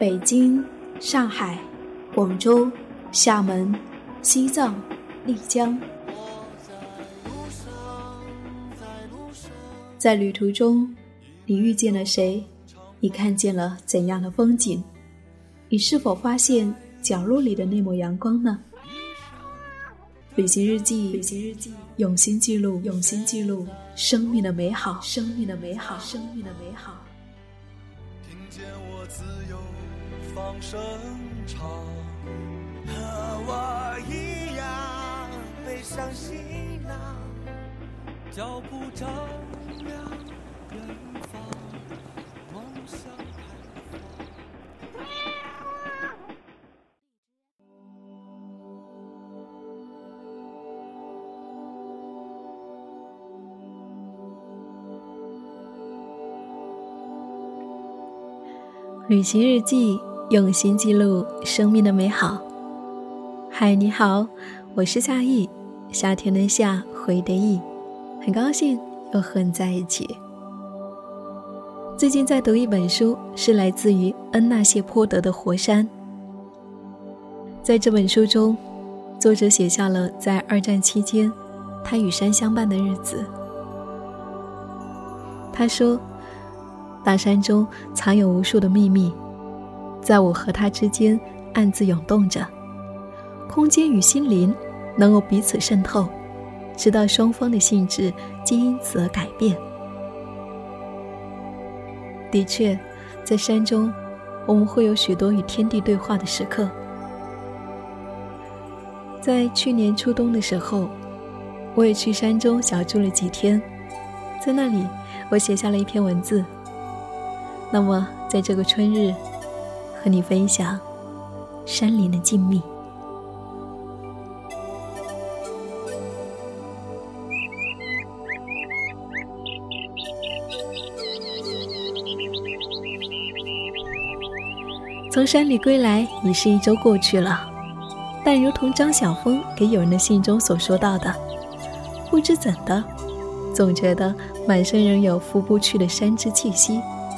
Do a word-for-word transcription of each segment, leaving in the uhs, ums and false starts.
北京、上海、广州、厦门、西藏、丽江。在旅途中，你遇见了谁？你看见了怎样的风景？你是否发现角落里的那抹阳光呢？旅行日记，旅行日记，用心记录，用心记录生命的美好，生命的美好，生命的美好。 听见我自由放声唱，和我一样背上行囊，脚步丈量远方，梦想开放。 旅行日记，用心记录生命的美好。嗨，你好，我是夏意，夏天的夏，回的意，很高兴又和你在一起。最近在读一本书，是来自于恩纳谢坡德的《活山》。在这本书中，作者写下了在二战期间他与山相伴的日子。他说，大山中藏有无数的秘密，在我和他之间暗自涌动着，空间与心灵能够彼此渗透，直到双方的性质皆因此而改变。的确，在山中我们会有许多与天地对话的时刻。在去年初冬的时候，我也去山中小住了几天，在那里我写下了一篇文字。那么在这个春日，和你分享山林的静谧。从山里归来已是一周过去了，但如同张晓峰给友人的信中所说到的，不知怎的，总觉得满身仍有拂不去的山之气息。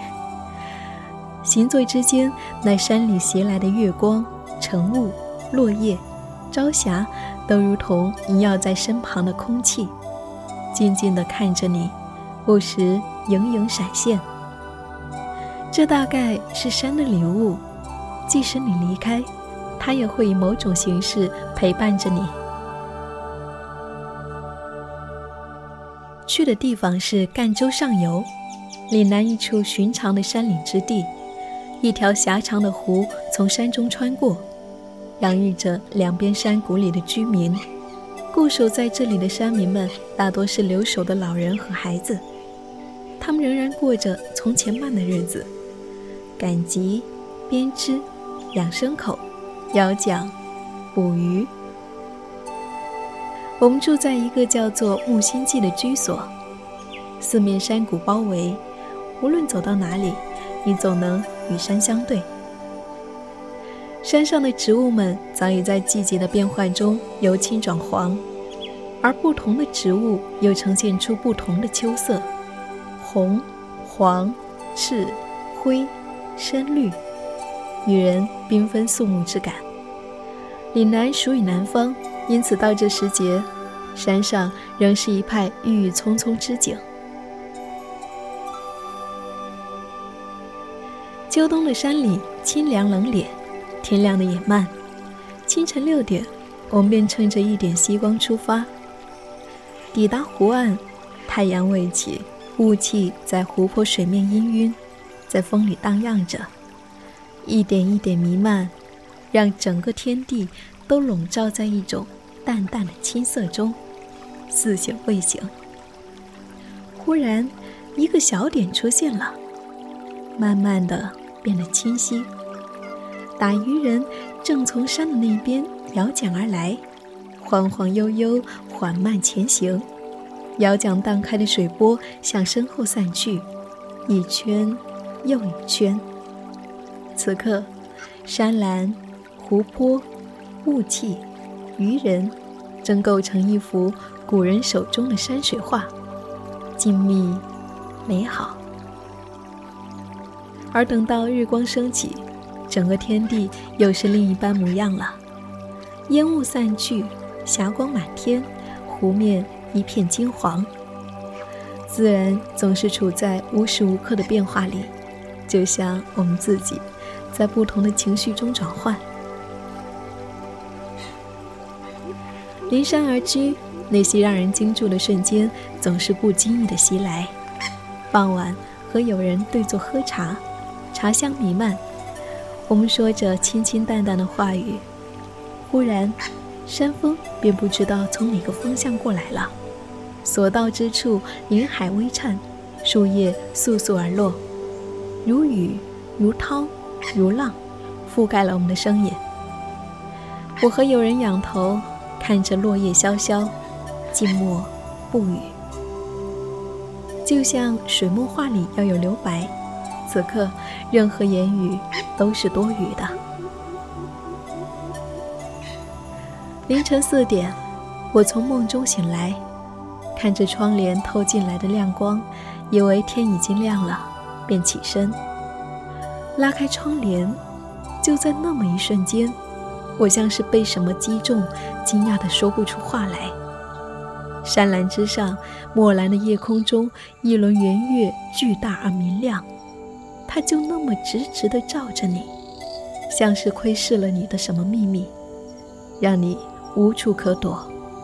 行醉之间，那山里袭来的月光、晨雾、落叶、朝霞，都如同萦绕在身旁的空气，静静地看着你，不时影影闪现。这大概是山的礼物，即使你离开，它也会以某种形式陪伴着你。去的地方是赣州上游，岭南一处寻常的山岭之地。一条狭长的湖从山中穿过，洋溢着两边山谷里的居民。固守在这里的山民们大多是留守的老人和孩子，他们仍然过着从前慢的日子，赶集、编织、养牲口、摇桨、捕鱼。我们住在一个叫做木心记的居所，四面山谷包围，无论走到哪里，你总能与山相对。山上的植物们早已在季节的变换中由青转黄，而不同的植物又呈现出不同的秋色，红、黄、赤、灰、深绿，与人缤纷肃穆之感。岭南属于南方，因此到这时节，山上仍是一派郁郁葱葱之景。秋冬的山里清凉冷冽，天亮的也慢。清晨六点，我们便趁着一点夕光出发。抵达湖岸，太阳未起，雾气在湖泊水面氤氲，在风里荡漾着，一点一点弥漫，让整个天地都笼罩在一种淡淡的青色中，似醒未醒。忽然，一个小点出现了，慢慢的变得清晰。打渔人正从山的那边摇桨而来，晃晃悠悠，缓慢前行。摇桨荡开的水波向身后散去，一圈又一圈。此刻，山岚、湖泊、雾气、渔人，正构成一幅古人手中的山水画，静谧美好。而等到日光升起， 整个天地又是另一般模样了。烟雾散去，霞光满天，湖面一片金黄。自然总是处在无时无刻的变化里，就像我们自己在不同的情绪中转换。临山而居，那些让人惊住的瞬间总是不经意的袭来。傍晚和友人对坐喝茶，茶香弥漫，我们说着清清淡淡的话语，忽然山风便不知道从哪个方向过来了，所到之处林海微颤，树叶簌簌而落，如雨如涛如浪，覆盖了我们的双眼。我和友人仰头看着落叶萧萧，静默不语，就像水墨画里要有留白，此刻任何言语都是多余的。凌晨四点，我从梦中醒来，看着窗帘透进来的亮光，以为天已经亮了，便起身拉开窗帘。就在那么一瞬间，我像是被什么击中，惊讶地说不出话来。山岚之上，墨蓝的夜空中，一轮圆月巨大而明亮，它就那么直直地照着你，像是窥视了你的什么秘密，让你无处可躲。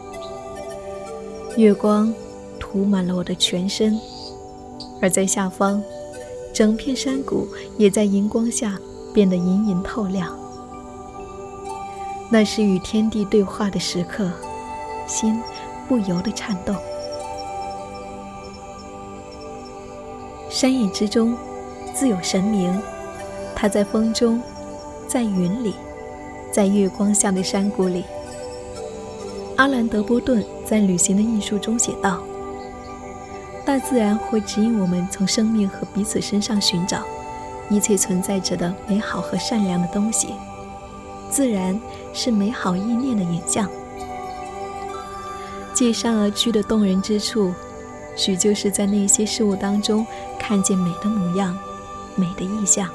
月光涂满了我的全身，而在下方，整片山谷也在荧光下变得隐隐透亮。那是与天地对话的时刻，心不由得颤动。山野之中自有神明，它在风中，在云里，在月光下的山谷里。阿兰·德波顿在《旅行的艺术》中写道，大自然会指引我们从生命和彼此身上寻找一切存在着的美好和善良的东西。自然是美好意念的影像。借山而居的动人之处，许就是在那些事物当中看见美的模样，美的意象。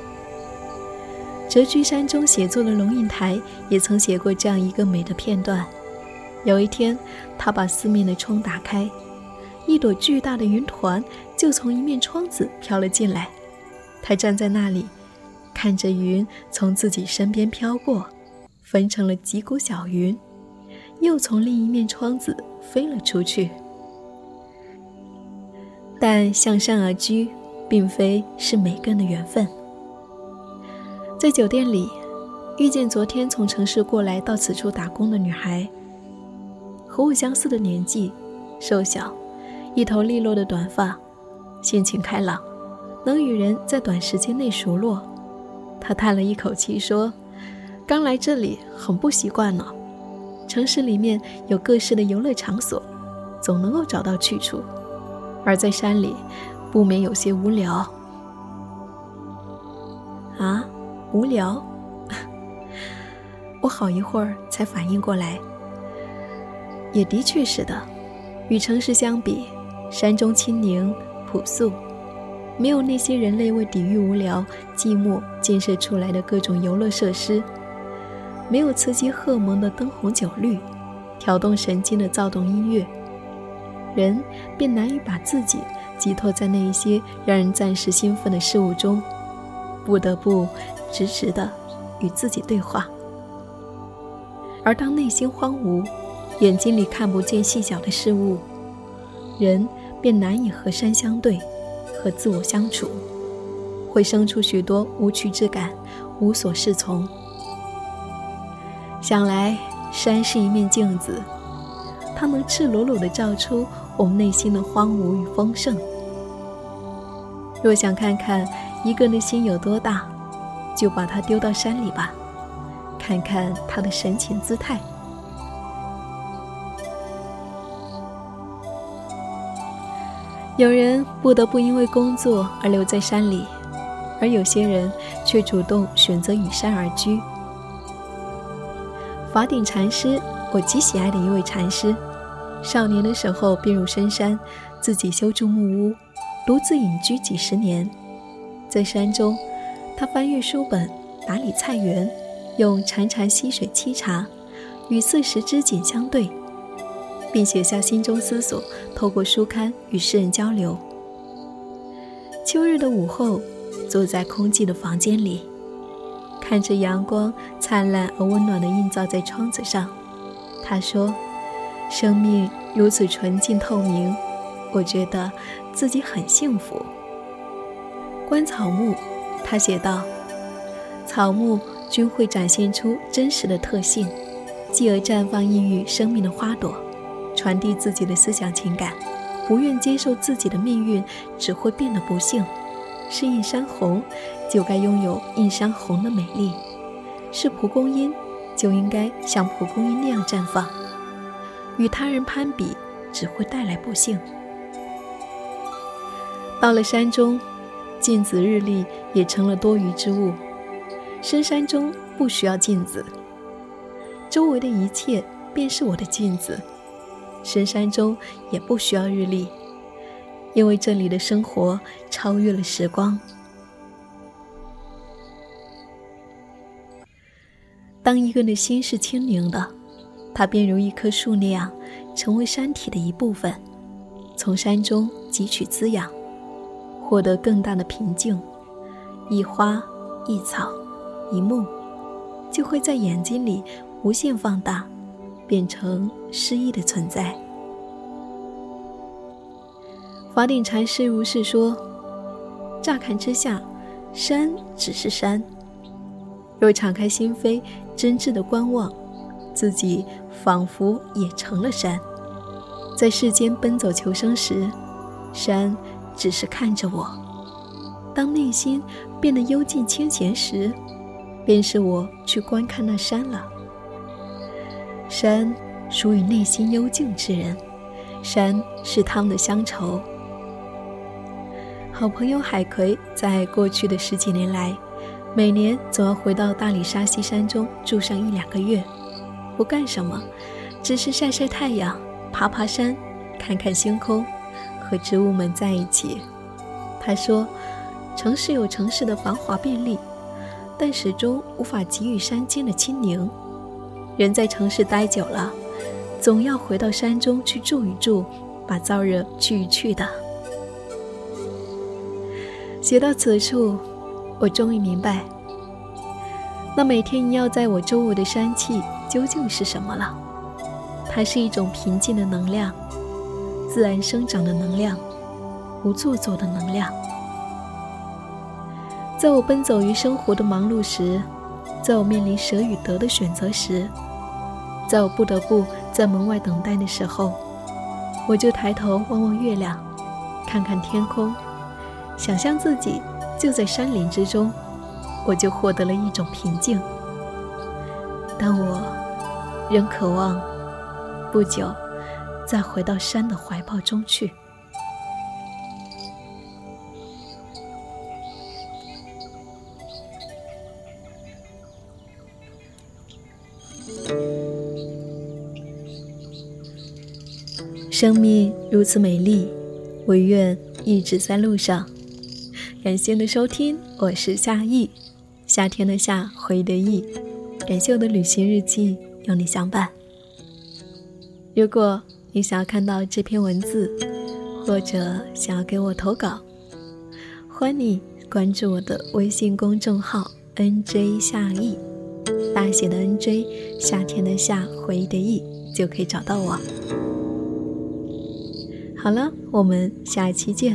谪居山中写作的龙应台也曾写过这样一个美的片段。有一天，他把四面的窗打开，一朵巨大的云团就从一面窗子飘了进来。他站在那里，看着云从自己身边飘过，分成了几股小云，又从另一面窗子飞了出去。但向山而居并非是每个人的缘分。在酒店里遇见昨天从城市过来到此处打工的女孩，和我相似的年纪，瘦小，一头利落的短发，性情开朗，能与人在短时间内熟络。她叹了一口气说，刚来这里很不习惯呢，城市里面有各式的游乐场所，总能够找到去处，而在山里不免有些无聊。啊，无聊？我好一会儿才反应过来，也的确是的，与城市相比，山中清宁朴素，没有那些人类为抵御无聊寂寞建设出来的各种游乐设施，没有刺激荷尔蒙的灯红酒绿，挑动神经的躁动音乐，人便难以把自己寄托在那一些让人暂时兴奋的事物中，不得不直直地与自己对话。而当内心荒芜，眼睛里看不见细小的事物，人便难以和山相对，和自我相处，会生出许多无趣之感，无所适从。想来山是一面镜子，它能赤裸裸地照出我们内心的荒芜与丰盛。若想看看一个人的心有多大，就把它丢到山里吧，看看他的神情姿态。有人不得不因为工作而留在山里，而有些人却主动选择与山而居。法顶禅师，我极喜爱的一位禅师，少年的时候便入深山，自己修筑木屋，独自隐居几十年。在山中，他翻阅书本， 打理菜园，用潺潺溪水沏茶，与四时之景相对，并写下心中思索，透过书刊与世人交流。秋日的午后，坐在空寂的房间里，看着阳光灿烂而温暖地映照在窗子上，他说，生命如此纯净透明，我觉得自己很幸福。观草木，他写道，草木均会展现出真实的特性，继而绽放孕育生命的花朵，传递自己的思想情感，不愿接受自己的命运只会变得不幸。是映山红，就该拥有映山红的美丽；是蒲公英，就应该像蒲公英那样绽放。与他人攀比，只会带来不幸。到了山中，镜子日历也成了多余之物。深山中不需要镜子，周围的一切便是我的镜子。深山中也不需要日历，因为这里的生活超越了时光。当一个人的心是清宁的，它便如一棵树那样，成为山体的一部分，从山中汲取滋养，获得更大的平静。一花一草一木，就会在眼睛里无限放大，变成诗意的存在。法顶禅师如是说，乍看之下，山只是山，若敞开心扉，真挚的观望，自己仿佛也成了山。在世间奔走求生时，山只是看着我；当内心变得幽静清闲时，便是我去观看那山了。山属于内心幽静之人，山是他们的乡愁。好朋友海葵在过去的十几年来，每年总要回到大理沙溪山中住上一两个月，不干什么，只是晒晒太阳，爬爬山，看看星空，和植物们在一起。他说，城市有城市的繁华便利，但始终无法给予山间的清宁。人在城市待久了，总要回到山中去住一住，把燥热去一去的。写到此处，我终于明白，那每天萦绕在我周围的山气究竟是什么了。它是一种平静的能量，自然生长的能量，不做作的能量。在我奔走于生活的忙碌时，在我面临舍与得的选择时，在我不得不在门外等待的时候，我就抬头望望月亮，看看天空，想象自己就在山林之中，我就获得了一种平静。但我仍渴望不久再回到山的怀抱中去。生命如此美丽，我愿一直在路上。感谢你的收听，我是夏意，夏天的夏，回忆的忆。感谢我的旅行日记，有你相伴。如果你想要看到这篇文字，或者想要给我投稿，欢迎你关注我的微信公众号 N J 夏意，大写的 N J， 夏天的夏，回忆的忆，就可以找到我。好了，我们下期见。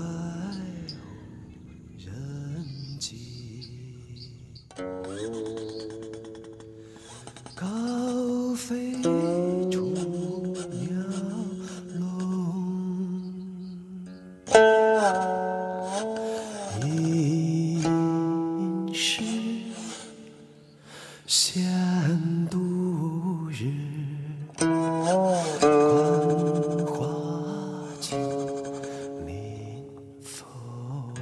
高飞出鸟笼，应是闲度日。观花径临风，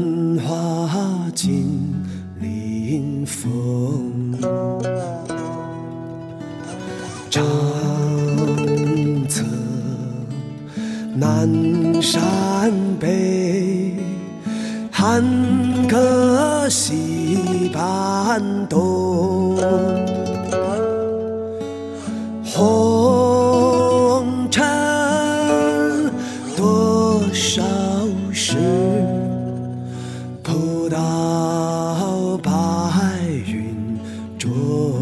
花尽临风，长策南山北，寒柯西半冬。红尘多少事，铺到白云中。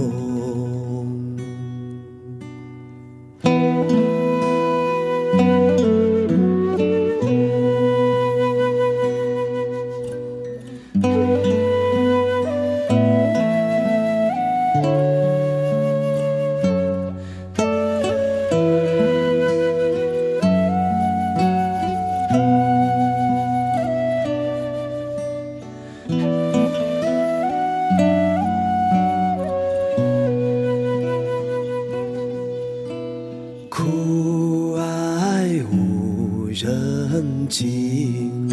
苦爱无人惊，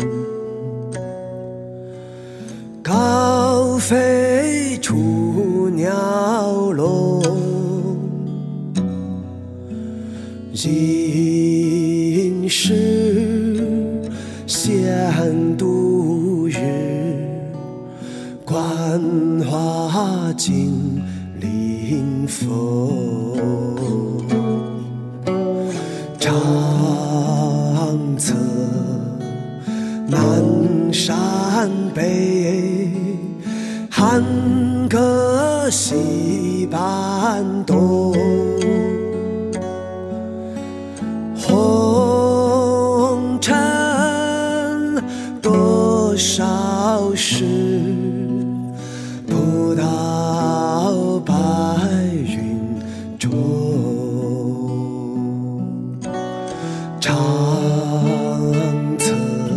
高飞出鸟笼。应是闲度日，观花尽临风。长策南山北，寒柯西半冬。红尘多少事，铺到白云中。长策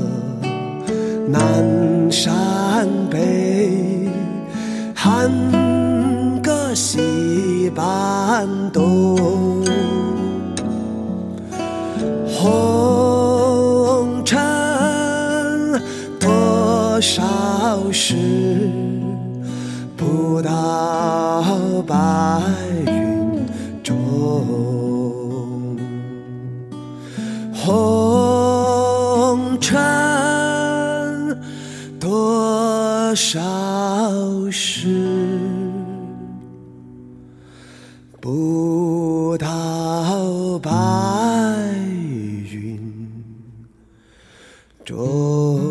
南山北，寒柯西半冬。红尘多少事，铺到白云中。红尘多少事，不到白云中。